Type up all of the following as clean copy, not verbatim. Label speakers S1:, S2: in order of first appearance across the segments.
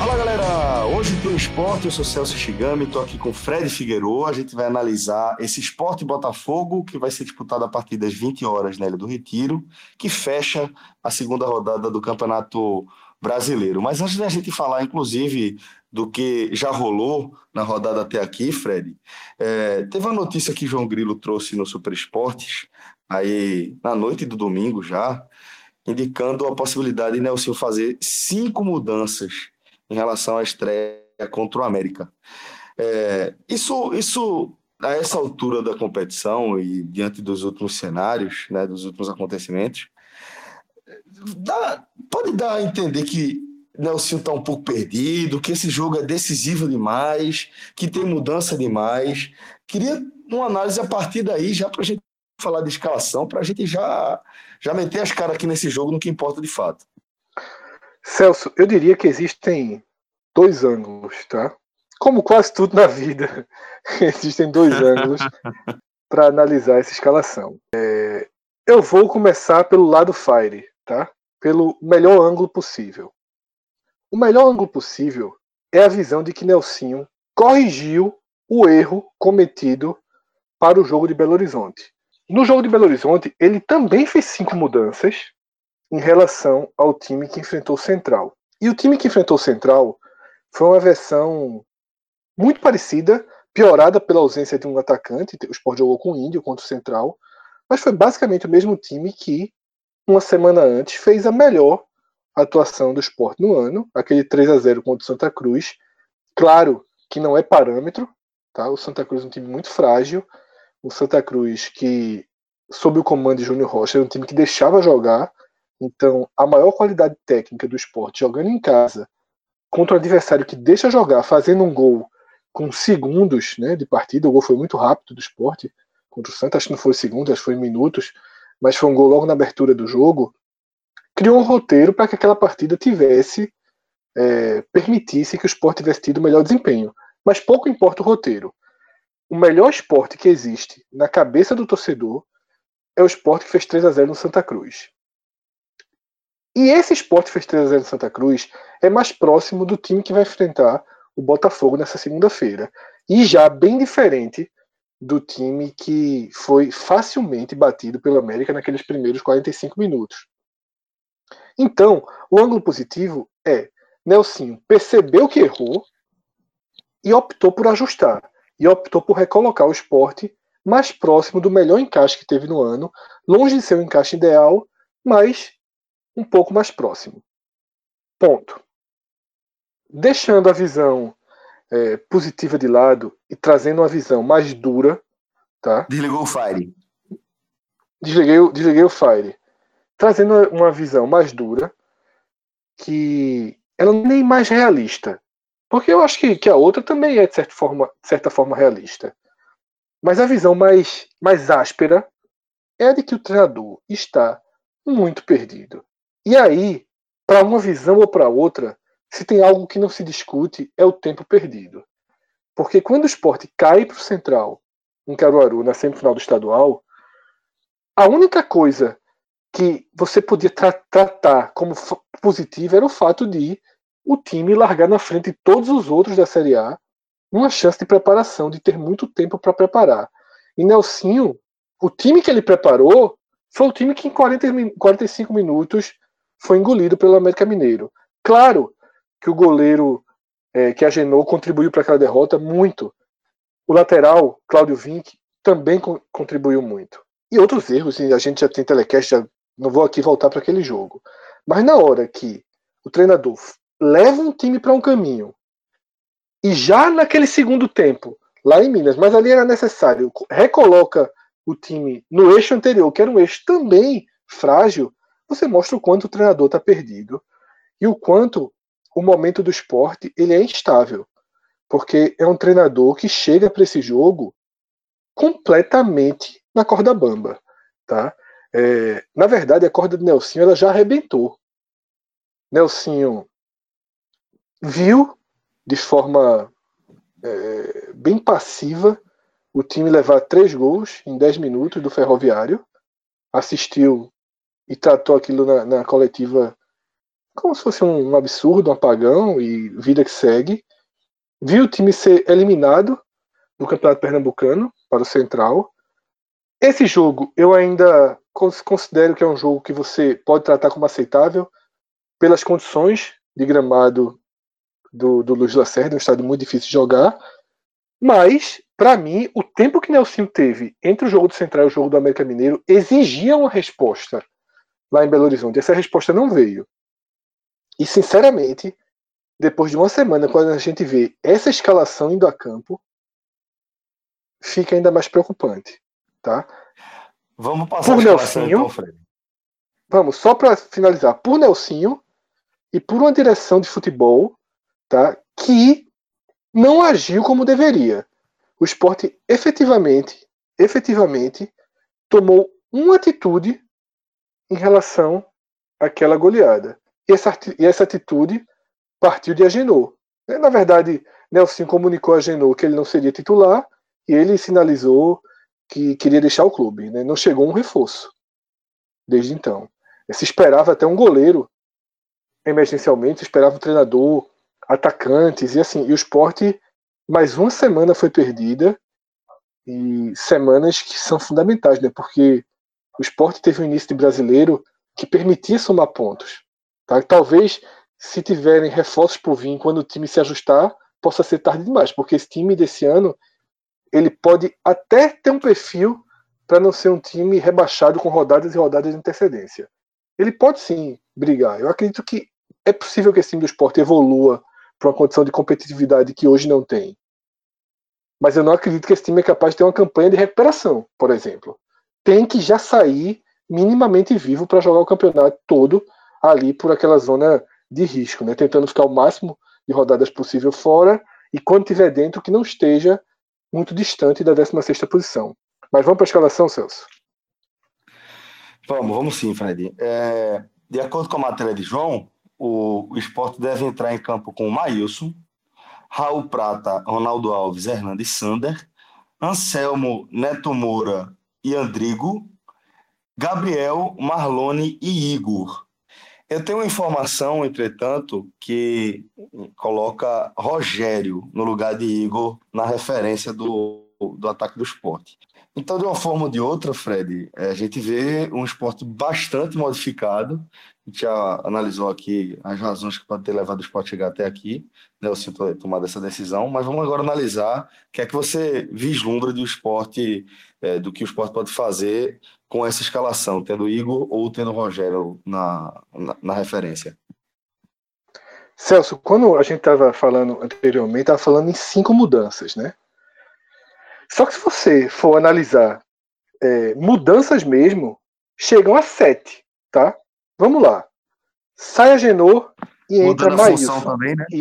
S1: Fala galera, hoje pro Esporte eu sou Celso Shigami, estou aqui com Fred Figueiredo. A gente vai analisar esse Sport Botafogo que vai ser disputado a partir das 20 horas na Ilha do Retiro, que fecha a segunda rodada do Campeonato Brasileiro. Mas antes da gente falar, inclusive, do que já rolou na rodada até aqui, Fred, teve uma notícia que João Grilo trouxe no Super Esportes, aí na noite do domingo já, indicando a possibilidade de Nelson fazer 5 mudanças em relação à estreia contra o América. Isso, a essa altura da competição e diante dos últimos cenários, né, dos últimos acontecimentos, pode dar a entender que Nelson está um pouco perdido, que esse jogo é decisivo demais, que tem mudança demais. Queria uma análise a partir daí, já para a gente falar de escalação, para a gente já meter as caras aqui nesse jogo no que importa de fato.
S2: Celso, eu diria que existem dois ângulos, tá? Como quase tudo na vida, existem dois ângulos para analisar essa escalação. Eu vou começar pelo lado Fire, tá? Pelo melhor ângulo possível. O melhor ângulo possível é a visão de que Nelsinho corrigiu o erro cometido para o jogo de Belo Horizonte. No jogo de Belo Horizonte, ele também fez 5 mudanças em relação ao time que enfrentou o Central. E o time que enfrentou o Central foi uma versão muito parecida, piorada pela ausência de um atacante. O Sport jogou com o Índio contra o Central, mas foi basicamente o mesmo time que, uma semana antes, fez a melhor atuação do Sport no ano, aquele 3-0 contra o Santa Cruz. Claro que não é parâmetro, tá? O Santa Cruz é um time muito frágil, o Santa Cruz que, sob o comando de Júnior Rocha, era um time que deixava jogar. Então, a maior qualidade técnica do Sport jogando em casa contra um adversário que deixa jogar, fazendo um gol com segundos, né, de partida. O gol foi muito rápido do Sport contra o Santos, acho que não foi segundos, acho que foi minutos, mas foi um gol logo na abertura do jogo. Criou um roteiro para que aquela partida permitisse que o Sport tivesse tido o melhor desempenho. Mas pouco importa o roteiro. O melhor esporte que existe na cabeça do torcedor é o Sport que fez 3-0 no Santa Cruz. E esse Sport que fez 3-0 no Santa Cruz é mais próximo do time que vai enfrentar o Botafogo nessa segunda-feira. E já bem diferente do time que foi facilmente batido pelo América naqueles primeiros 45 minutos. Então, o ângulo positivo é Nelsinho percebeu que errou e optou por ajustar. E optou por recolocar o Sport mais próximo do melhor encaixe que teve no ano, longe de ser o encaixe ideal, mas um pouco mais próximo. Ponto. Deixando a visão positiva de lado e trazendo uma visão mais dura, tá?
S1: Desligou o Fire.
S2: Desliguei o Fire. Trazendo uma visão mais dura, que ela nem mais realista. Porque eu acho que a outra também é, de certa forma realista. Mas a visão mais áspera é a de que o treinador está muito perdido. E aí, para uma visão ou para outra, se tem algo que não se discute, é o tempo perdido. Porque quando o Sport cai para o Central, em Caruaru, na semifinal do estadual, a única coisa que você podia tratar como positiva era o fato de o time largar na frente de todos os outros da Série A uma chance de preparação, de ter muito tempo para preparar. E Nelsinho, o time que ele preparou foi o time que em 45 minutos foi engolido pelo América Mineiro. Claro que o goleiro que agenou contribuiu para aquela derrota muito. O lateral, Cláudio Vinck, também contribuiu muito. E outros erros, a gente já tem telecast, já não vou aqui voltar para aquele jogo. Mas na hora que o treinador leva um time para um caminho, e já naquele segundo tempo, lá em Minas, mas ali era necessário, recoloca o time no eixo anterior, que era um eixo também frágil, você mostra o quanto o treinador está perdido e o quanto o momento do esporte ele é instável. Porque é um treinador que chega para esse jogo completamente na corda bamba. Tá? Na verdade, a corda do Nelsinho ela já arrebentou. Nelsinho viu de forma bem passiva o time levar 3 gols em 10 minutos do Ferroviário, assistiu e tratou aquilo na coletiva como se fosse um absurdo, um apagão e vida que segue. Vi o time ser eliminado do Campeonato Pernambucano para o Central. Esse jogo eu ainda considero que é um jogo que você pode tratar como aceitável pelas condições de gramado do Luiz Lacerda, um estádio muito difícil de jogar. Mas, para mim, o tempo que Nelsinho teve entre o jogo do Central e o jogo do América Mineiro exigia uma resposta lá em Belo Horizonte. Essa resposta não veio. E, sinceramente, depois de uma semana, quando a gente vê essa escalação indo a campo, fica ainda mais preocupante. Tá?
S1: Vamos passar a
S2: Por
S1: escalação então,
S2: Nelsinho,
S1: Fred.
S2: vamos, só para finalizar, por Nelsinho e por uma direção de futebol, tá, que não agiu como deveria. O Sport efetivamente tomou uma atitude em relação àquela goleada. E essa atitude partiu de Agenor. Na verdade, Nelson comunicou a Agenor que ele não seria titular e ele sinalizou que queria deixar o clube. Né? Não chegou um reforço desde então. Se esperava até um goleiro emergencialmente, se esperava um treinador, atacantes e assim. E o Sport, mais uma semana foi perdida e semanas que são fundamentais, né? Porque o Sport teve um início de brasileiro que permitia somar pontos. Tá? Talvez, se tiverem reforços por vir, quando o time se ajustar, possa ser tarde demais, porque esse time desse ano ele pode até ter um perfil para não ser um time rebaixado com rodadas e rodadas de antecedência. Ele pode sim brigar. Eu acredito que é possível que esse time do Sport evolua para uma condição de competitividade que hoje não tem. Mas eu não acredito que esse time é capaz de ter uma campanha de recuperação, por exemplo. Tem que já sair minimamente vivo para jogar o campeonato todo ali por aquela zona de risco, né? Tentando ficar o máximo de rodadas possível fora e quando tiver dentro que não esteja muito distante da 16ª posição. Mas vamos para a escalação, Celso?
S1: Vamos sim, Fred. De acordo com a matéria de João, o Sport deve entrar em campo com o Maílson, Raul Prata, Ronaldo Alves, Hernandes Sander, Anselmo, Neto Moura e Andrigo, Gabriel, Marlone e Igor. Eu tenho uma informação, entretanto, que coloca Rogério no lugar de Igor na referência do ataque do Sport. Então, de uma forma ou de outra, Fred, a gente vê um esporte bastante modificado. A gente já analisou aqui as razões que podem ter levado o esporte a chegar até aqui, né, o Cinto ter tomado essa decisão, mas vamos agora analisar o que é que você vislumbra do esporte, do que o esporte pode fazer com essa escalação, tendo Igor ou tendo Rogério na referência.
S2: Celso, quando a gente estava falando anteriormente, estava falando em 5 mudanças, né? Só que se você for analisar mudanças mesmo, chegam a 7, tá? Vamos lá. Sai Agenor e entra
S1: Mudando a função
S2: Maílson.
S1: também, né?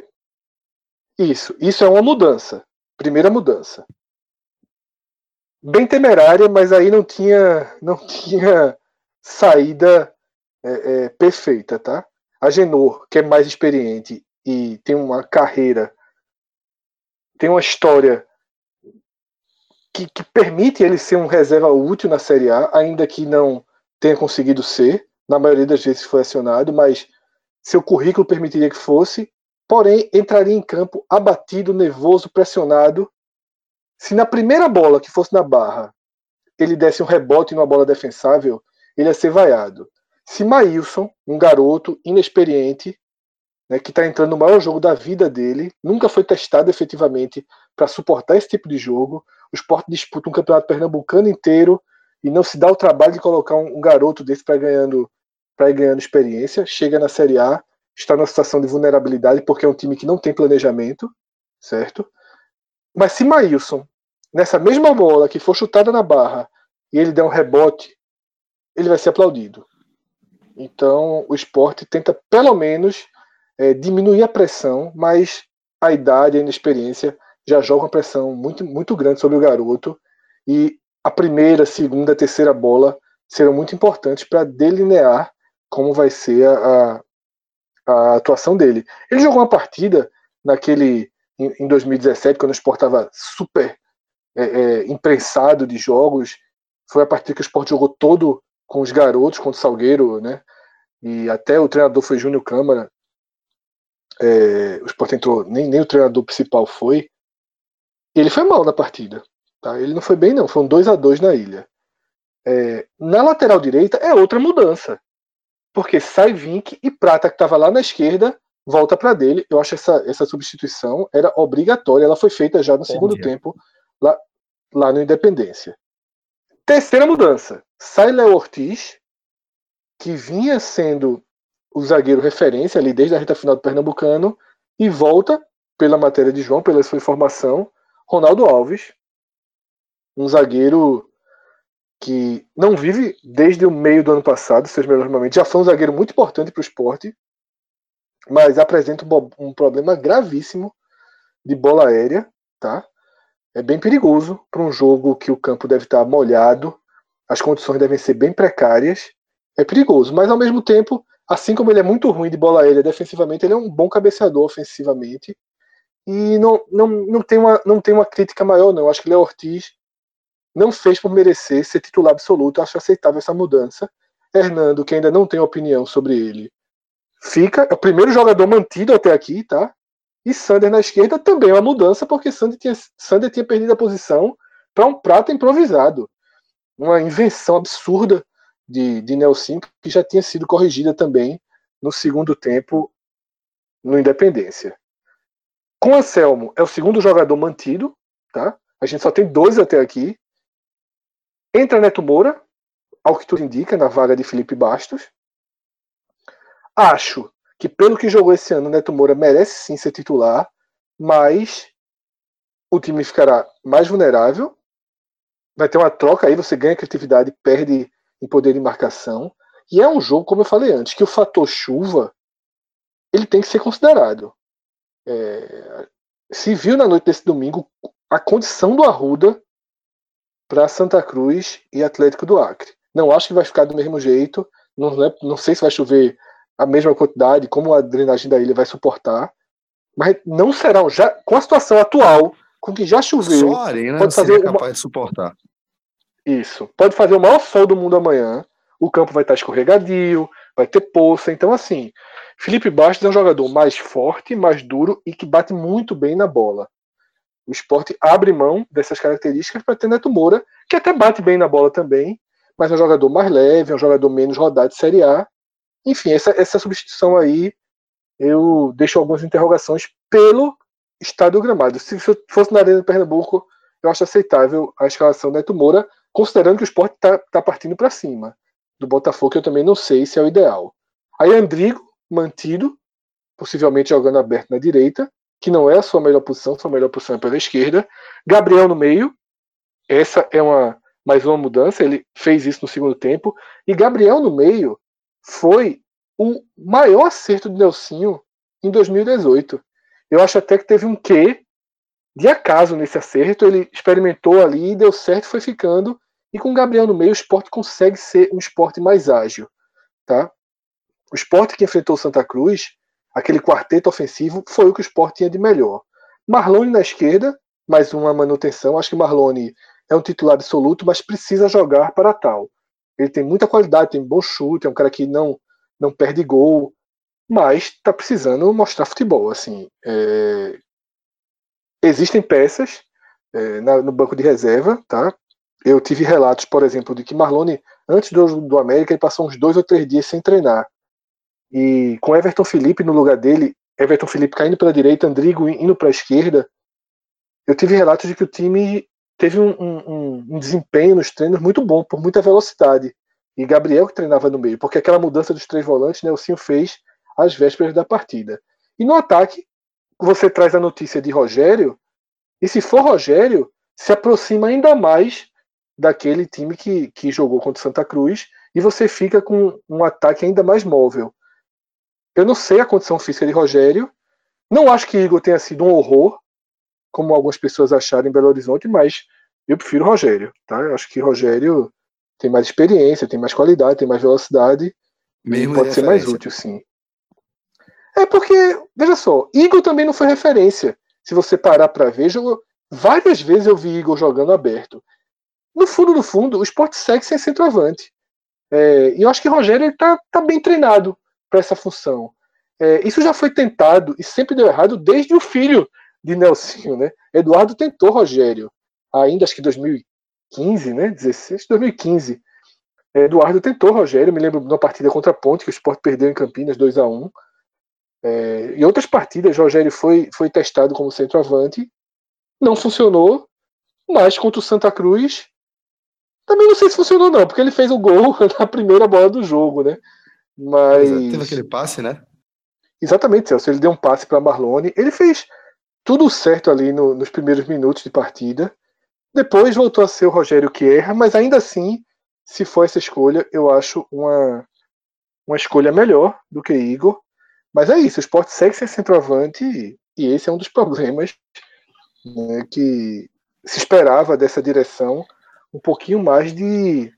S2: Isso é uma mudança. Primeira mudança. Bem temerária, mas aí não tinha saída perfeita, tá? Agenor, que é mais experiente e tem uma carreira, tem uma história que permite ele ser um reserva útil na Série A, ainda que não tenha conseguido ser. Na maioria das vezes foi acionado, mas seu currículo permitiria que fosse. Porém, entraria em campo abatido, nervoso, pressionado. Se na primeira bola que fosse na barra ele desse um rebote numa bola defensável, ele ia ser vaiado. Se Maílson, um garoto inexperiente, né, que está entrando no maior jogo da vida dele, nunca foi testado efetivamente para suportar esse tipo de jogo, o Sport disputa um campeonato pernambucano inteiro e não se dá o trabalho de colocar um garoto desse para ir ganhando experiência, chega na Série A, está numa situação de vulnerabilidade porque é um time que não tem planejamento, certo? Mas se Maílson, nessa mesma bola que for chutada na barra e ele der um rebote, ele vai ser aplaudido. Então o Sport tenta pelo menos diminuir a pressão, mas a idade e a inexperiência já jogam uma pressão muito, muito grande sobre o garoto e a primeira, segunda, terceira bola serão muito importantes para delinear como vai ser a atuação dele. Ele jogou uma partida em 2017, quando o Sport estava super imprensado de jogos. Foi a partida que o Sport jogou todo com os garotos, contra o Salgueiro, né? e até o treinador foi Júnior Câmara, o Sport entrou, nem o treinador principal foi, e ele foi mal na partida. Tá? Ele não foi bem, não. Foi um 2-2 na ilha. Na lateral direita é outra mudança. Porque sai Vink e Prata, que estava lá na esquerda, volta para dele. Eu acho essa substituição era obrigatória. Ela foi feita já no segundo
S1: Óbvio.
S2: tempo, lá no Independência. Terceira mudança. Sai Léo Ortiz, que vinha sendo o zagueiro referência ali desde a reta final do Pernambucano, e volta, pela matéria de João, pela sua informação, Ronaldo Alves, um zagueiro que não vive desde o meio do ano passado, seus melhores momentos. Já foi um zagueiro muito importante para o esporte, mas apresenta um problema gravíssimo de bola aérea, tá? É bem perigoso para um jogo que o campo deve estar molhado, as condições devem ser bem precárias. É perigoso, mas ao mesmo tempo, assim como ele é muito ruim de bola aérea defensivamente, ele é um bom cabeceador ofensivamente. E não tem uma crítica maior, não. Acho que Léo Ortiz não fez por merecer ser titular absoluto. Acho aceitável essa mudança. Hernando, que ainda não tem opinião sobre ele, é o primeiro jogador mantido até aqui, tá? E Sander na esquerda também é uma mudança, porque Sander tinha perdido a posição para um Prata improvisado. Uma invenção absurda de Nelson, que já tinha sido corrigida também no segundo tempo no Independência. Com Anselmo é o segundo jogador mantido, tá? A gente só tem 2 até aqui. Entra Neto Moura, ao que tudo indica, na vaga de Felipe Bastos. Acho que pelo que jogou esse ano, Neto Moura merece sim ser titular, mas o time ficará mais vulnerável. Vai ter uma troca aí, você ganha criatividade, perde em poder de marcação. E é um jogo, como eu falei antes, que o fator chuva ele tem que ser considerado. Se viu na noite desse domingo a condição do Arruda para Santa Cruz e Atlético do Acre. Não acho que vai ficar do mesmo jeito. Não sei se vai chover a mesma quantidade, como a drenagem da ilha vai suportar. Mas não serão, já com a situação atual, com que já choveu,
S1: Só a arena
S2: pode
S1: seria
S2: fazer
S1: capaz de suportar.
S2: Isso. Pode fazer o maior sol do mundo amanhã. O campo vai estar escorregadio, vai ter poça. Então, assim, Felipe Bastos é um jogador mais forte, mais duro e que bate muito bem na bola. O Sport abre mão dessas características para ter Neto Moura, que até bate bem na bola também, mas é um jogador mais leve, é um jogador menos rodado de Série A. Enfim, essa substituição aí, eu deixo algumas interrogações pelo estado do gramado. Se fosse na Arena do Pernambuco, eu acho aceitável a escalação do Neto Moura, considerando que o Sport está partindo para cima. Do Botafogo, eu também não sei se é o ideal. Aí Andrigo, mantido, possivelmente jogando aberto na direita, que não é a sua melhor posição é pela esquerda. Gabriel no meio, essa é mais uma mudança, ele fez isso no segundo tempo. E Gabriel no meio foi o maior acerto do Nelsinho em 2018. Eu acho até que teve um quê de acaso nesse acerto, ele experimentou ali, deu certo, foi ficando. E com o Gabriel no meio, o esporte consegue ser um esporte mais ágil. Tá? O esporte que enfrentou o Santa Cruz, aquele quarteto ofensivo, foi o que o esporte tinha de melhor. Marlone na esquerda, mais uma manutenção. Acho que Marlone é um titular absoluto, mas precisa jogar para tal. Ele tem muita qualidade, tem bom chute, é um cara que não perde gol, mas está precisando mostrar futebol. Assim, existem peças no banco de reserva, tá? Eu tive relatos, por exemplo, de que Marlone, antes do América, ele passou uns 2 ou 3 dias sem treinar. E com Everton Felipe no lugar dele, Everton Felipe caindo pela direita, Andrigo indo para a esquerda, eu tive relatos de que o time teve um desempenho nos treinos muito bom, por muita velocidade. E Gabriel que treinava no meio, porque aquela mudança dos 3 volantes, Nelsinho fez às vésperas da partida. E no ataque, você traz a notícia de Rogério, e se for Rogério, se aproxima ainda mais daquele time que jogou contra o Santa Cruz, e você fica com um ataque ainda mais móvel. Eu não sei a condição física de Rogério. Não acho que Igor tenha sido um horror, como algumas pessoas acharam em Belo Horizonte, mas eu prefiro Rogério. Tá? Eu acho que Rogério tem mais experiência, tem mais qualidade, tem mais velocidade e
S1: Mesmo de
S2: pode ser mais
S1: referência.
S2: útil, sim. É porque, veja só, Igor também não foi referência. Se você parar para ver, várias vezes eu vi Igor jogando aberto. No fundo, o Sport segue sem centroavante. E eu acho que o Rogério está bem treinado para essa função. Isso já foi tentado e sempre deu errado desde o filho de Nelsinho, né? Eduardo tentou Rogério, ainda acho que 2015, né? 16, 2015. Eduardo tentou Rogério, me lembro de uma partida contra a Ponte, que o Sport perdeu em Campinas 2-1. Em outras partidas, Rogério foi testado como centroavante, não funcionou, mas contra o Santa Cruz, também não sei se funcionou não, porque ele fez o gol na primeira bola do jogo, né?
S1: Pois é, teve aquele
S2: Mas,
S1: passe, né?
S2: exatamente, Celso, ele deu um passe para Marlone, ele fez tudo certo ali nos primeiros minutos de partida, depois voltou a ser o Rogério que erra, mas ainda assim, se for essa escolha, eu acho uma escolha melhor do que Igor. Mas é isso, o Sport segue sem centroavante e esse é um dos problemas, né, que se esperava dessa direção um pouquinho mais de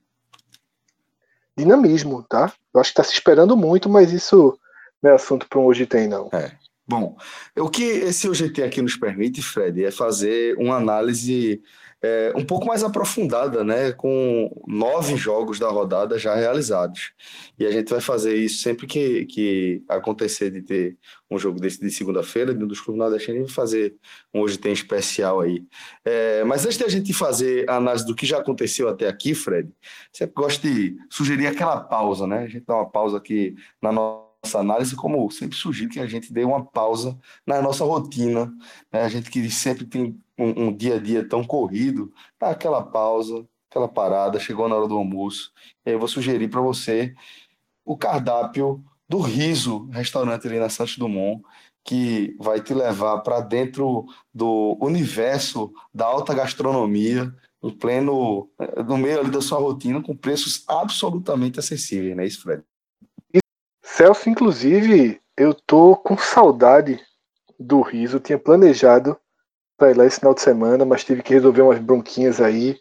S2: dinamismo, tá? Eu acho que está se esperando muito, mas isso não é assunto para um Hoje Tem, não.
S1: Bom, o que esse UGT aqui nos permite, Fred, é fazer uma análise um pouco mais aprofundada, né, com 9 jogos da rodada já realizados. E a gente vai fazer isso sempre que acontecer de ter um jogo desse de segunda-feira, de um dos clubes nordestinos, a gente vai fazer um Hoje Tem especial aí. Mas antes de a gente fazer a análise do que já aconteceu até aqui, Fred, sempre gosto de sugerir aquela pausa, né? A gente dá uma pausa aqui na nossa análise, como sempre sugiro que a gente dê uma pausa na nossa rotina, né? A gente que sempre tem um dia a dia tão corrido, dá aquela pausa, aquela parada, chegou na hora do almoço, e aí eu vou sugerir para você o cardápio do Riso, restaurante ali na Santos Dumont, que vai te levar para dentro do universo da alta gastronomia, em pleno, no meio ali da sua rotina, com preços absolutamente acessíveis, não é isso, Fred?
S2: Celso, inclusive, eu tô com saudade do Riso, eu tinha planejado para ir lá esse final de semana, mas tive que resolver umas bronquinhas aí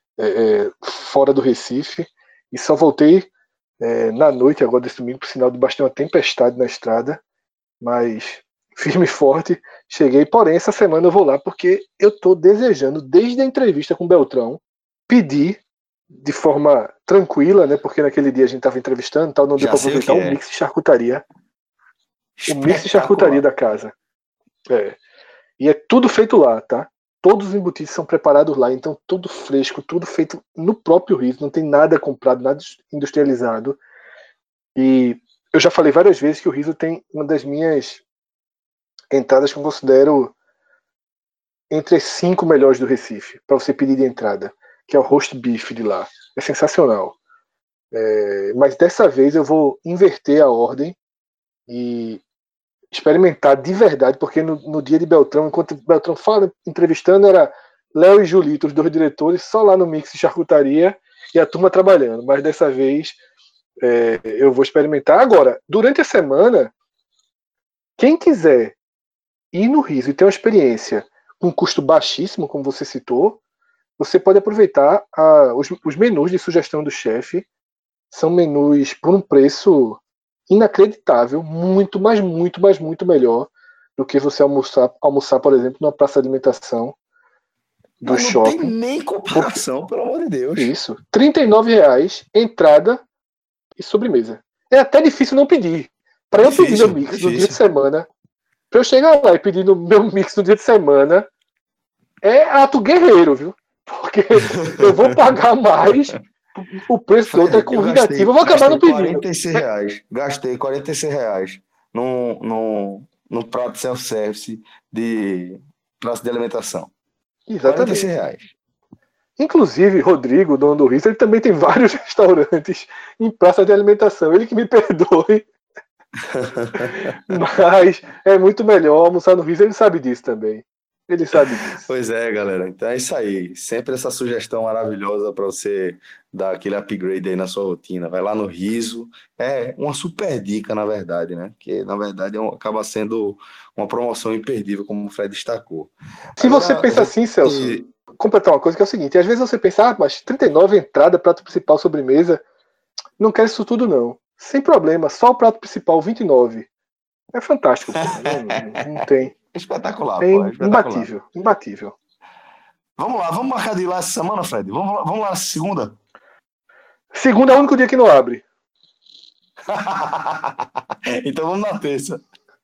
S2: fora do Recife e só voltei na noite agora desse domingo, por sinal de bastante uma tempestade na estrada, mas firme e forte, cheguei. Porém, essa semana eu vou lá porque eu estou desejando, desde a entrevista com o Beltrão, pedir de forma tranquila, né? Porque naquele dia a gente estava entrevistando, tal, não deu
S1: Já
S2: para
S1: sei o
S2: aproveitar
S1: que
S2: o
S1: é.
S2: mix de charcutaria, o mix de charcutaria
S1: Espetacular.
S2: da casa. E é tudo feito lá, tá? Todos os embutidos são preparados lá, então tudo fresco, tudo feito no próprio Rio, não tem nada comprado, nada industrializado. E eu já falei várias vezes que o riso tem uma das minhas entradas que eu considero entre as 5 melhores do Recife, para você pedir de entrada, que é o roast beef de lá. É sensacional. Mas dessa vez eu vou inverter a ordem e experimentar de verdade, porque no dia de Beltrão, enquanto o Beltrão fala, entrevistando, era Léo e Julito, os dois diretores, só lá no mix de charcutaria e a turma trabalhando. Mas dessa vez eu vou experimentar. Agora, durante a semana, quem quiser ir no Riso e ter uma experiência com um custo baixíssimo, como você citou, você pode aproveitar os menus de sugestão do chefe. São menus por um preço inacreditável, muito, mas muito, mas muito melhor do que você almoçar, por exemplo, numa praça de alimentação do
S1: Mas não tem
S2: shopping.
S1: nem
S2: Porque
S1: comparação, pelo amor de Deus.
S2: isso, R$ 39, entrada e sobremesa. É até difícil não pedir. Para eu pedir meu
S1: Difícil,
S2: mix no dia de
S1: difícil.
S2: semana, para eu chegar lá e pedir no meu mix no dia de semana, é ato guerreiro, viu? Porque eu vou pagar mais, o preço do outro é
S1: Fred, eu
S2: convidativo, eu vou acabar não
S1: gastei
S2: pedindo.
S1: R$ 46. Gastei R$ 46 num prato self-service de praça de alimentação.
S2: Exatamente.
S1: R$ 46.
S2: Inclusive, Rodrigo, dono do Riso, ele também tem vários restaurantes em praça de alimentação. Ele que me perdoe, mas é muito melhor almoçar no Riso, ele sabe disso também. Ele sabe disso.
S1: Pois é, galera. Então é isso aí. Sempre essa sugestão maravilhosa para você dar aquele upgrade aí na sua rotina. Vai lá no Riso. É uma super dica, na verdade, né? Que na verdade acaba sendo uma promoção imperdível, como o Fred destacou.
S2: Se você
S1: Agora, eu
S2: pensa
S1: vou
S2: assim, Celso,
S1: te...
S2: completar uma coisa que é o seguinte: às vezes você pensa, mas 39 entrada, prato principal, sobremesa, não quero isso tudo não. Sem problema, só o prato principal, 29. É fantástico, pô. Não tem.
S1: Espetacular,
S2: É
S1: pô. É espetacular.
S2: imbatível, imbatível.
S1: Vamos lá, vamos marcar de ir lá essa semana, Fred? Vamos lá segunda?
S2: Segunda é o único dia que não abre.
S1: Então vamos na terça.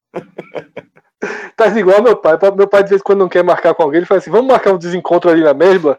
S2: Tá igual meu pai. Meu pai, de vez em quando não quer marcar com alguém, ele fala assim: vamos marcar um desencontro ali na mesma?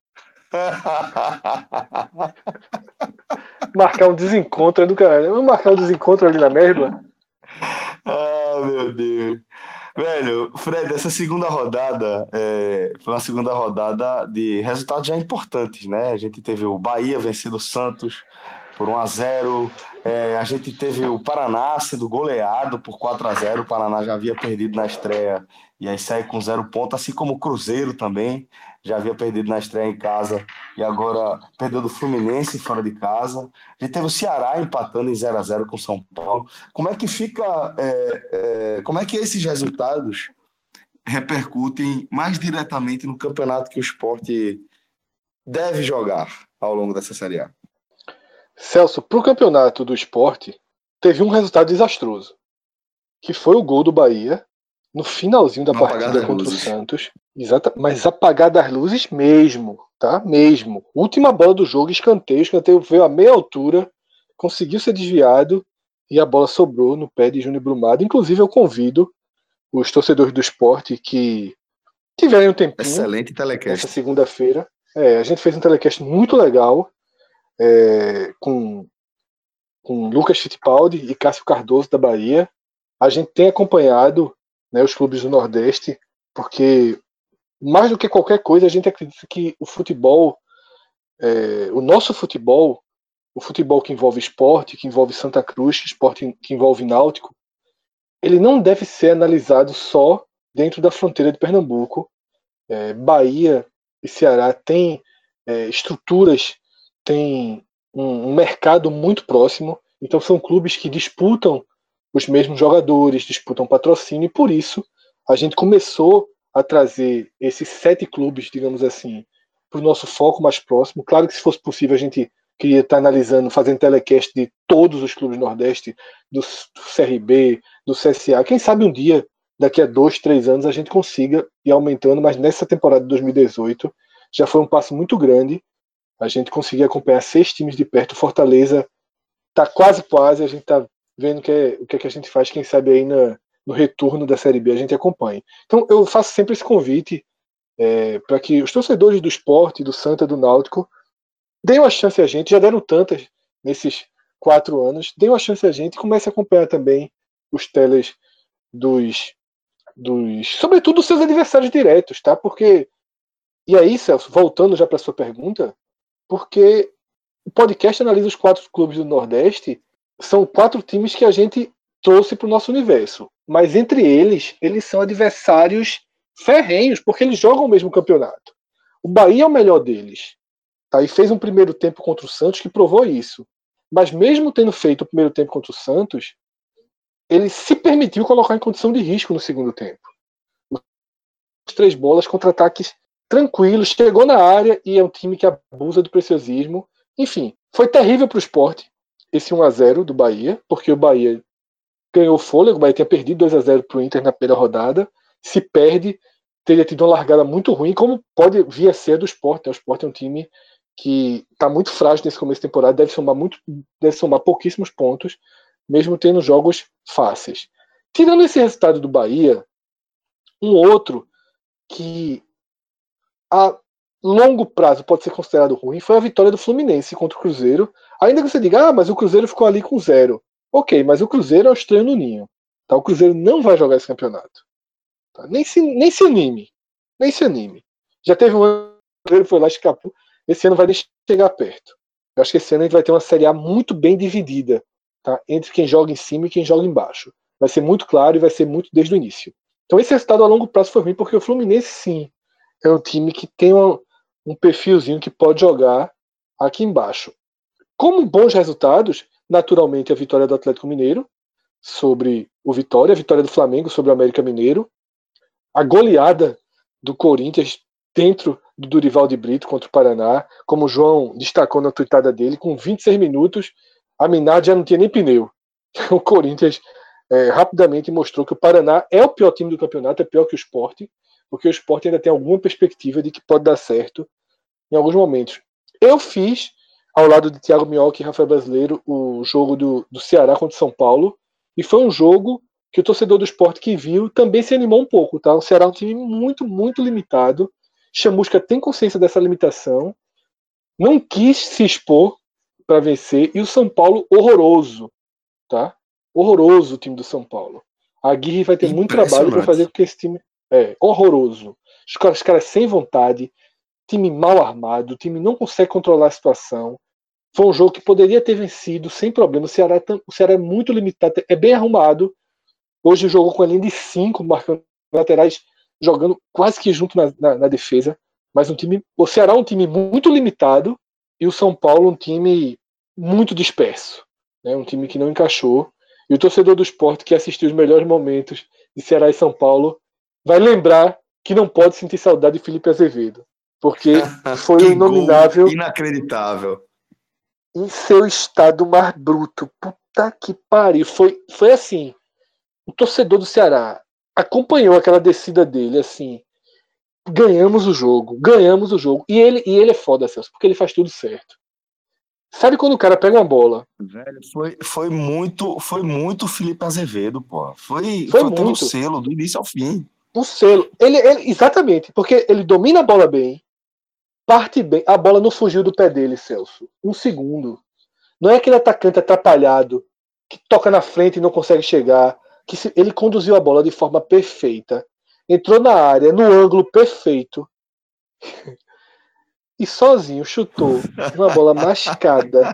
S2: Marcar um desencontro é do caralho. Vamos marcar um desencontro ali na mesma?
S1: Ah, meu Deus. Velho, Fred, essa segunda rodada foi uma segunda rodada de resultados já importantes, né? A gente teve o Bahia vencendo o Santos por 1-0. A gente teve o Paraná sendo goleado por 4-0. O Paraná já havia perdido na estreia e aí sai com 0 pontos, assim como o Cruzeiro também já havia perdido na estreia em casa e agora perdeu do Fluminense fora de casa. A gente teve o Ceará empatando em 0-0 com o São Paulo. Como é que fica, como é que esses resultados repercutem mais diretamente no campeonato que o Sport deve jogar ao longo dessa Série A?
S2: Celso, pro campeonato do Sport, teve um resultado desastroso, que foi o gol do Bahia no finalzinho da
S1: No apagar
S2: partida
S1: das
S2: contra o
S1: luzes.
S2: Santos. Mas apagar das luzes mesmo, tá? Mesmo. Última bola do jogo, escanteio veio a meia altura, conseguiu ser desviado e a bola sobrou no pé de Júnior Brumado. Inclusive, eu convido os torcedores do esporte que tiverem um tempinho
S1: Excelente
S2: nessa
S1: telecast.
S2: segunda-feira. A gente fez um telecast muito legal com Lucas Fittipaldi e Cássio Cardoso da Bahia. A gente tem acompanhado, né, os clubes do Nordeste, porque mais do que qualquer coisa, a gente acredita que o futebol, o nosso futebol, o futebol que envolve esporte, que envolve Santa Cruz, esporte que envolve Náutico, ele não deve ser analisado só dentro da fronteira de Pernambuco. Bahia e Ceará têm estruturas, têm um mercado muito próximo, então são clubes que disputam os mesmos jogadores, disputam patrocínio, e por isso a gente começou a trazer esses 7 clubes, digamos assim, para o nosso foco mais próximo. Claro que se fosse possível a gente queria estar analisando, fazendo telecast de todos os clubes do Nordeste, do CRB, do CSA. Quem sabe um dia, daqui a 2, 3 anos, a gente consiga ir aumentando, mas nessa temporada de 2018 já foi um passo muito grande. A gente conseguiu acompanhar 6 times de perto. Fortaleza tá quase, a gente tá vendo o que é que a gente faz, quem sabe aí no retorno da Série B a gente acompanha. Então eu faço sempre esse convite para que os torcedores do esporte, do Santa, do Náutico, deem uma chance a gente, já deram tantas nesses 4 anos, deem uma chance a gente e comece a acompanhar também os teles sobretudo dos seus adversários diretos, tá? Porque, e aí, Celso, voltando já para sua pergunta, porque o podcast analisa os 4 clubes do Nordeste, são 4 times que a gente trouxe para o nosso universo. Mas entre eles são adversários ferrenhos, porque eles jogam o mesmo campeonato. O Bahia é o melhor deles. Tá? E fez um primeiro tempo contra o Santos que provou isso. Mas mesmo tendo feito o primeiro tempo contra o Santos, ele se permitiu colocar em condição de risco no segundo tempo. 3 bolas, contra-ataques tranquilos, chegou na área e é um time que abusa do preciosismo. Enfim, foi terrível para o Sport esse 1-0 do Bahia, porque o Bahia ganhou fôlego, o Bahia tinha perdido 2-0 para o Inter na primeira rodada, se perde, teria tido uma largada muito ruim, como pode vir a ser do Sport. O Sport é um time que está muito frágil nesse começo de temporada, deve somar pouquíssimos pontos, mesmo tendo jogos fáceis. Tirando esse resultado do Bahia, um outro que a longo prazo pode ser considerado ruim foi a vitória do Fluminense contra o Cruzeiro. Ainda que você diga, mas o Cruzeiro ficou ali com 0. Ok, mas o Cruzeiro é o estranho no ninho. Tá? O Cruzeiro não vai jogar esse campeonato. Tá? Nem se anime. Nem se anime. Já teve um ano que o Cruzeiro foi lá e escapou. Esse ano vai nem chegar perto. Eu acho que esse ano a gente vai ter uma Série A muito bem dividida, tá? Entre quem joga em cima e quem joga embaixo. Vai ser muito claro e vai ser muito desde o início. Então esse resultado a longo prazo foi ruim, porque o Fluminense, sim, é um time que tem um perfilzinho que pode jogar aqui embaixo. Como bons resultados, naturalmente a vitória do Atlético Mineiro sobre o Vitória, a vitória do Flamengo sobre o América Mineiro, a goleada do Corinthians dentro do Dorival de Brito contra o Paraná, como o João destacou na tuitada dele, com 26 minutos, a Minardi já não tinha nem pneu. O Corinthians rapidamente mostrou que o Paraná é o pior time do campeonato, é pior que o Sport, porque o Sport ainda tem alguma perspectiva de que pode dar certo em alguns momentos. Eu fiz ao lado de Thiago Minhoca e Rafael Brasileiro, o jogo do Ceará contra o São Paulo. E foi um jogo que o torcedor do Sport que viu também se animou um pouco. Tá? O Ceará é um time muito, muito limitado. Chamusca tem consciência dessa limitação. Não quis se expor para vencer. E o São Paulo, horroroso. Tá? Horroroso o time do São Paulo. A Aguirre vai ter muito trabalho para fazer com que esse time... horroroso. Os caras sem vontade, time mal armado, o time não consegue controlar a situação. Foi um jogo que poderia ter vencido sem problema. O Ceará é muito limitado, é bem arrumado. Hoje jogou com a linha de 5, marcando laterais, jogando quase que junto na defesa. Mas o Ceará é um time muito limitado e o São Paulo um time muito disperso. Né? Um time que não encaixou. E o torcedor do Sport que assistiu os melhores momentos de Ceará e São Paulo vai lembrar que não pode sentir saudade de Felipe Azevedo. Porque foi o inominável.
S1: Inacreditável.
S2: Em seu estado mais bruto. Puta que pariu. Foi assim. O torcedor do Ceará acompanhou aquela descida dele, assim. Ganhamos o jogo. E ele é foda, Celso, porque ele faz tudo certo. Sabe quando o cara pega uma bola?
S1: Velho, foi muito Felipe Azevedo, pô. Foi
S2: muito.
S1: No selo, do início ao fim.
S2: Um selo. Exatamente, porque ele domina a bola bem, parte bem. A bola não fugiu do pé dele, Celso. Um segundo. Não é aquele atacante atrapalhado que toca na frente e não consegue chegar. Ele conduziu a bola de forma perfeita. Entrou na área, no ângulo perfeito. E sozinho chutou uma bola mascada,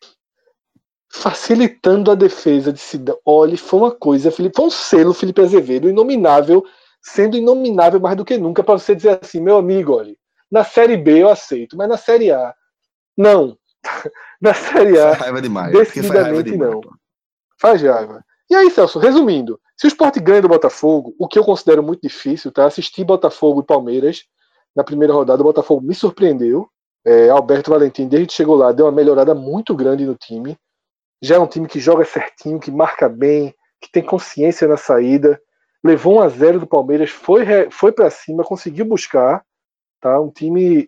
S2: facilitando a defesa de Sidão. Olha, foi uma coisa, Felipe, foi um selo Felipe Azevedo, inominável, sendo inominável mais do que nunca, para você dizer assim, meu amigo, olha, na Série B eu aceito, mas na Série A, não. Na Série A,
S1: raiva demais,
S2: decididamente não. Faz raiva. E aí, Celso, resumindo, se o Sport ganha do Botafogo, o que eu considero muito difícil, tá? Assistir Botafogo e Palmeiras na primeira rodada, o Botafogo me surpreendeu. Alberto Valentim, desde que chegou lá, deu uma melhorada muito grande no time. Já é um time que joga certinho, que marca bem, que tem consciência na saída. Levou 1-0 do Palmeiras, foi para cima, conseguiu buscar. Tá? Um time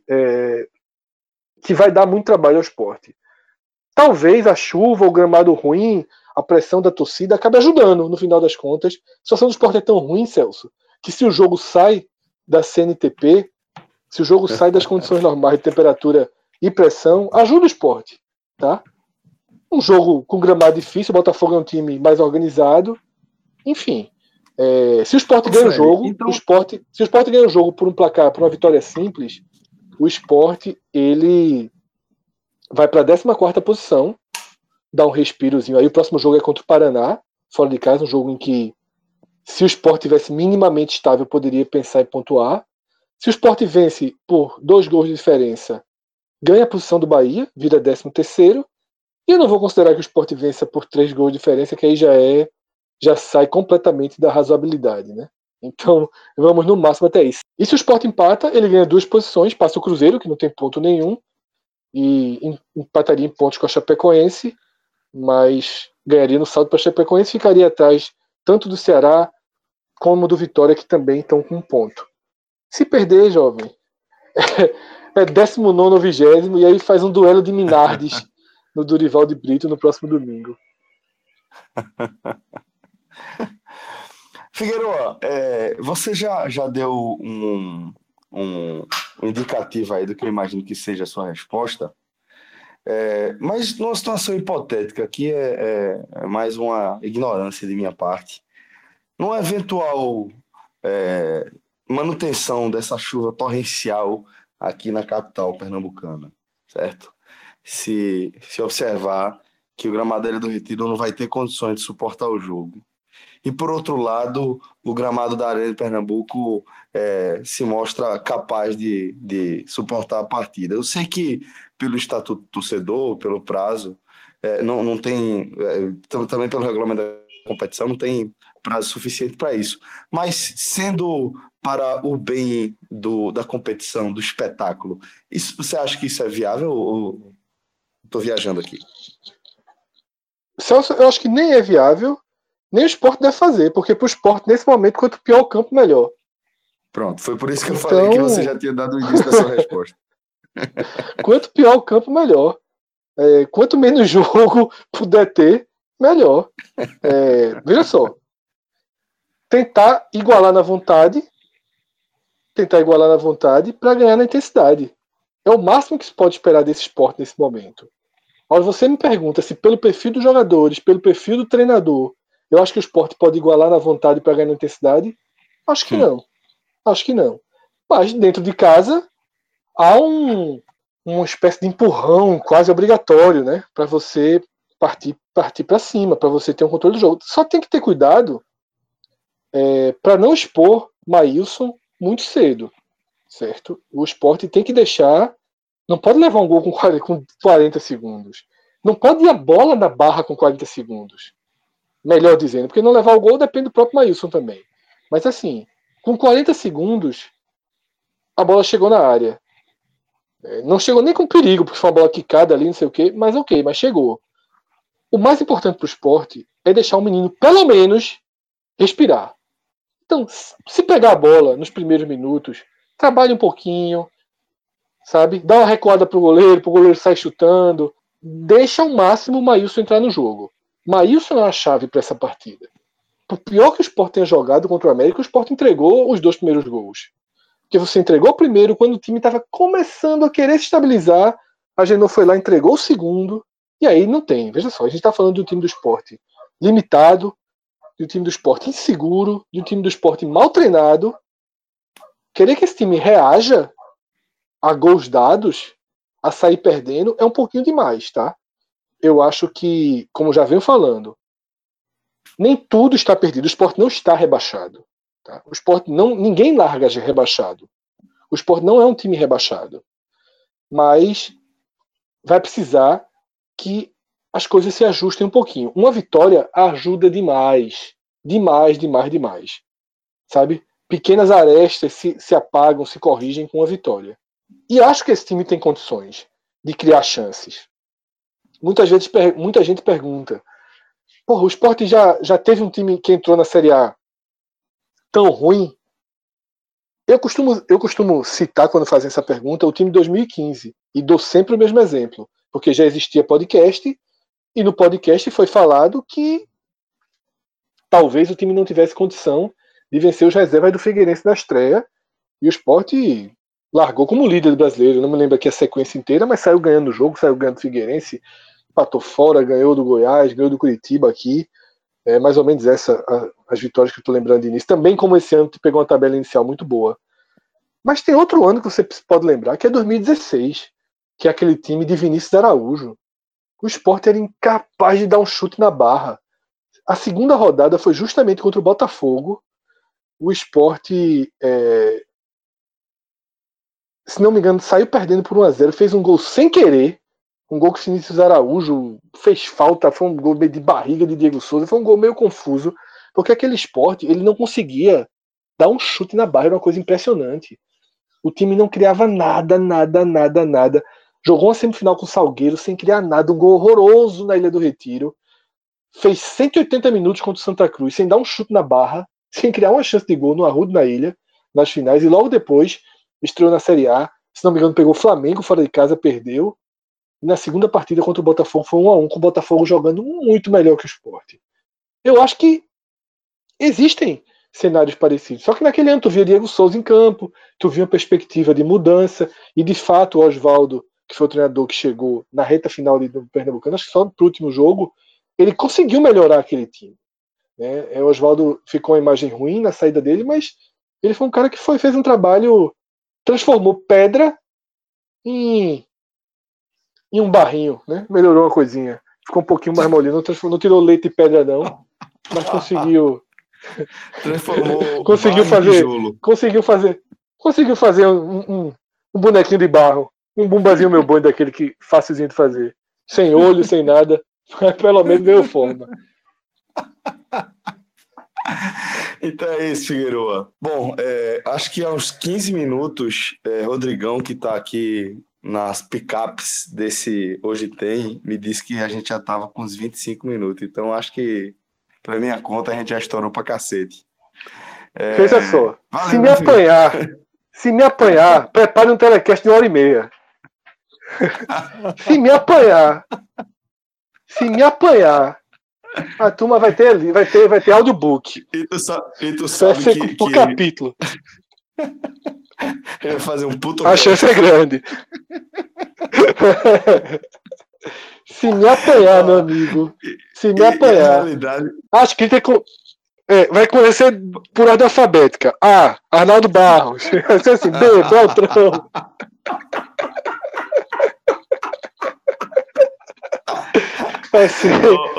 S2: que vai dar muito trabalho ao Sport. Talvez a chuva, o gramado ruim, a pressão da torcida acabe ajudando, no final das contas. A situação do Sport é tão ruim, Celso, que se o jogo sai da CNTP, se o jogo sai das condições normais de temperatura e pressão, ajuda o Sport. Tá? Um jogo com gramado difícil, o Botafogo é um time mais organizado. Enfim, se o Sport ganha o jogo, então... se o Sport ganha o jogo por um placar, por uma vitória simples, o Sport ele vai para a 14ª posição, dá um respirozinho. Aí o próximo jogo é contra o Paraná, fora de casa, um jogo em que, se o Sport tivesse minimamente estável, poderia pensar em pontuar. Se o Sport vence por 2 gols de diferença, ganha a posição do Bahia, vira 13º. E eu não vou considerar que o Sport vença por 3 gols de diferença, que aí já sai completamente da razoabilidade, né? Então, vamos no máximo até isso. E se o Sport empata, ele ganha 2 posições, passa o Cruzeiro, que não tem ponto nenhum, e empataria em pontos com a Chapecoense, mas ganharia no saldo para a Chapecoense, ficaria atrás tanto do Ceará como do Vitória, que também estão com um ponto. Se perder, jovem, é 19º, 20º, e aí faz um duelo de Minardes no Dorival de Brito no próximo domingo.
S1: Figueiredo, você já deu um indicativo aí do que eu imagino que seja a sua resposta, mas numa situação hipotética, que é mais uma ignorância de minha parte, numa eventual manutenção dessa chuva torrencial aqui na capital pernambucana, certo? Se observar que o Gramadeira do Retiro não vai ter condições de suportar o jogo. E, por outro lado, o gramado da Arena de Pernambuco se mostra capaz de suportar a partida. Eu sei que, pelo estatuto do torcedor, pelo prazo, não tem, também pelo regulamento da competição, não tem prazo suficiente para isso. Mas, sendo para o bem da competição, do espetáculo, você acha que isso é viável ou estou viajando aqui?
S2: Celso, eu acho que nem é viável, nem o Sport deve fazer, porque para o Sport, nesse momento, quanto pior o campo, melhor.
S1: Pronto, foi por isso que eu falei que você já tinha dado o início da sua resposta.
S2: Quanto pior o campo, melhor. Quanto menos jogo puder ter, melhor. Veja só. Tentar igualar na vontade para ganhar na intensidade. É o máximo que se pode esperar desse esporte nesse momento. Agora você me pergunta se pelo perfil dos jogadores, pelo perfil do treinador, eu acho que o esporte pode igualar na vontade para ganhar na intensidade? Acho que não. Acho que não. Mas dentro de casa há uma espécie de empurrão quase obrigatório, né? Para você partir para cima, para você ter um controle do jogo. Só tem que ter cuidado para não expor Maílson muito cedo, certo? O esporte tem que deixar. Não pode levar um gol com 40 segundos. Não pode ir a bola na barra com 40 segundos. Melhor dizendo, porque não levar o gol depende do próprio Maílson também. Mas assim, com 40 segundos, a bola chegou na área. Não chegou nem com perigo, porque foi uma bola quicada ali, não sei o quê, mas ok, mas chegou. O mais importante para o esporte é deixar o menino, pelo menos, respirar. Então, se pegar a bola nos primeiros minutos, trabalhe um pouquinho, sabe? Dá uma recuada pro goleiro sai chutando. Deixa ao máximo o Maílson entrar no jogo. Maílson é a chave para essa partida. Por pior que o Sport tenha jogado contra o América, o Sport entregou os 2 primeiros gols. Porque você entregou o primeiro quando o time estava começando a querer se estabilizar, a Genoa foi lá e entregou o segundo, e aí não tem. Veja só, a gente está falando de um time do Sport limitado, de um time do Sport inseguro, de um time do Sport mal treinado. Querer que esse time reaja a gols dados, a sair perdendo, é um pouquinho demais, tá? Eu acho que, como já venho falando, nem tudo está perdido. O Sport não está rebaixado. Tá? O Sport não, ninguém larga de rebaixado. O Sport não é um time rebaixado. Mas vai precisar que as coisas se ajustem um pouquinho. Uma vitória ajuda demais. Demais, demais, demais. Sabe? Pequenas arestas se apagam, se corrigem com uma vitória. E acho que esse time tem condições de criar chances. Muita gente pergunta: porra, o Sport já teve um time que entrou na Série A tão ruim? Eu costumo citar, quando fazem essa pergunta, o time de 2015. E dou sempre o mesmo exemplo. Porque já existia podcast, e no podcast foi falado que talvez o time não tivesse condição de vencer os reservas do Figueirense na estreia. E o Sport largou como líder do brasileiro. Eu não me lembro aqui a sequência inteira, mas saiu ganhando o jogo, saiu ganhando o Figueirense, empatou fora, ganhou do Goiás, ganhou do Curitiba aqui. É mais ou menos as vitórias que eu estou lembrando de início. Também como esse ano pegou uma tabela inicial muito boa. Mas tem outro ano que você pode lembrar, que é 2016, que é aquele time de Vinícius Araújo. O Sport era incapaz de dar um chute na barra. A segunda rodada foi justamente contra o Botafogo. O Sport, se não me engano, saiu perdendo por 1-0, fez um gol sem querer. Um gol que o Vinícius Araújo fez falta, foi um gol meio de barriga de Diego Souza, foi um gol meio confuso, porque aquele Sport, ele não conseguia dar um chute na barra, era uma coisa impressionante. O time não criava nada, nada, nada, nada. Jogou uma semifinal com o Salgueiro sem criar nada, um gol horroroso na Ilha do Retiro. Fez 180 minutos contra o Santa Cruz sem dar um chute na barra, sem criar uma chance de gol no Arruda na Ilha, nas finais, e logo depois estreou na Série A. Se não me engano, pegou o Flamengo fora de casa, perdeu. E na segunda partida contra o Botafogo foi 1-1, com o Botafogo jogando muito melhor que o Sport. Eu acho que existem cenários parecidos. Só que naquele ano tu via Diego Souza em campo, tu via uma perspectiva de mudança, e de fato o Oswaldo, que foi o treinador que chegou na reta final do Pernambucano, acho que só pro último jogo, ele conseguiu melhorar aquele time. Né? O Oswaldo ficou uma imagem ruim na saída dele, mas ele foi um cara que fez um trabalho, transformou pedra em um barrinho, né? Melhorou uma coisinha. Ficou um pouquinho mais molinho, não tirou leite e pedra não, mas conseguiu
S1: Transformou
S2: conseguiu
S1: barro em
S2: fazer
S1: tijolo.
S2: conseguiu fazer um bonequinho de barro, um bumbazinho meu boi daquele que facilzinho de fazer, sem olho, sem nada, mas pelo menos ganhou forma.
S1: Então é isso, Figueroa. Bom, acho que há uns 15 minutos, Rodrigão, que está aqui nas picapes desse Hoje Tem, me disse que a gente já estava com uns 25 minutos. Então acho que, para minha conta, a gente já estourou pra cacete.
S2: Veja só,
S1: Valeu,
S2: se
S1: meu filho.
S2: me apanhar, prepare um telecast de 1h30. Se me apanhar, a turma vai ter audiobook.
S1: E tu sabe
S2: Vai ser por capítulo.
S1: Ele vai fazer um puto.
S2: A chance é grande. Se me apanhar, meu amigo. Se me apanhar.
S1: Realidade...
S2: Acho que tem vai conhecer por ordem alfabética. A. Arnaldo Barros. Vai ser assim. B. Beltrão. Vai ser.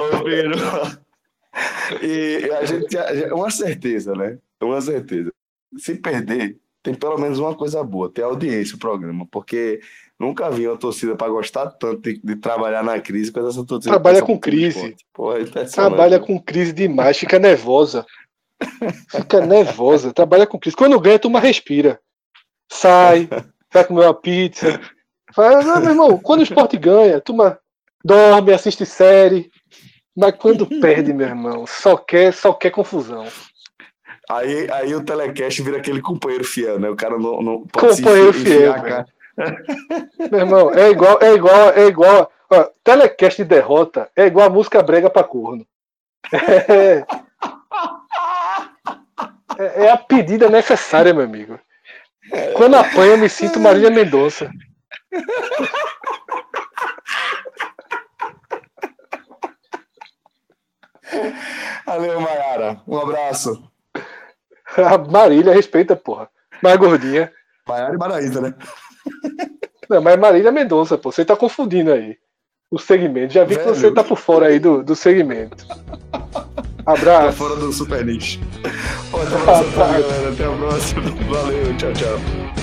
S1: E a gente é uma certeza, né? Uma certeza. Se perder, tem pelo menos uma coisa boa, ter audiência o programa, porque nunca vi uma torcida para gostar tanto de trabalhar na crise com essa torcida.
S2: Trabalha com crise.
S1: Porra,
S2: trabalha com crise demais, fica nervosa. Trabalha com crise. Quando ganha, a turma respira. Sai, vai comer uma pizza. Meu irmão, quando o Sport ganha, a turma dorme, assiste série. Mas quando perde, meu irmão, só quer confusão.
S1: Aí o telecast vira aquele companheiro fiel, né? O cara não pode
S2: companheiro fiel, cara. Meu irmão, é igual. Ó, telecast de derrota é igual a música brega pra corno. É a pedida necessária, meu amigo. Quando apanha, eu me sinto Marília Mendonça.
S1: Valeu, Maiara. Um abraço.
S2: A Marília, respeita, porra. Mais gordinha.
S1: Maiara e Maraísa, né?
S2: Não, mas Marília Mendonça, pô. Você tá confundindo aí o segmento. Já vi que você tá por fora aí do segmento. Abraço.
S1: Tá fora do Super Niche. Até a próxima, galera. Até a próxima. Valeu, tchau, tchau.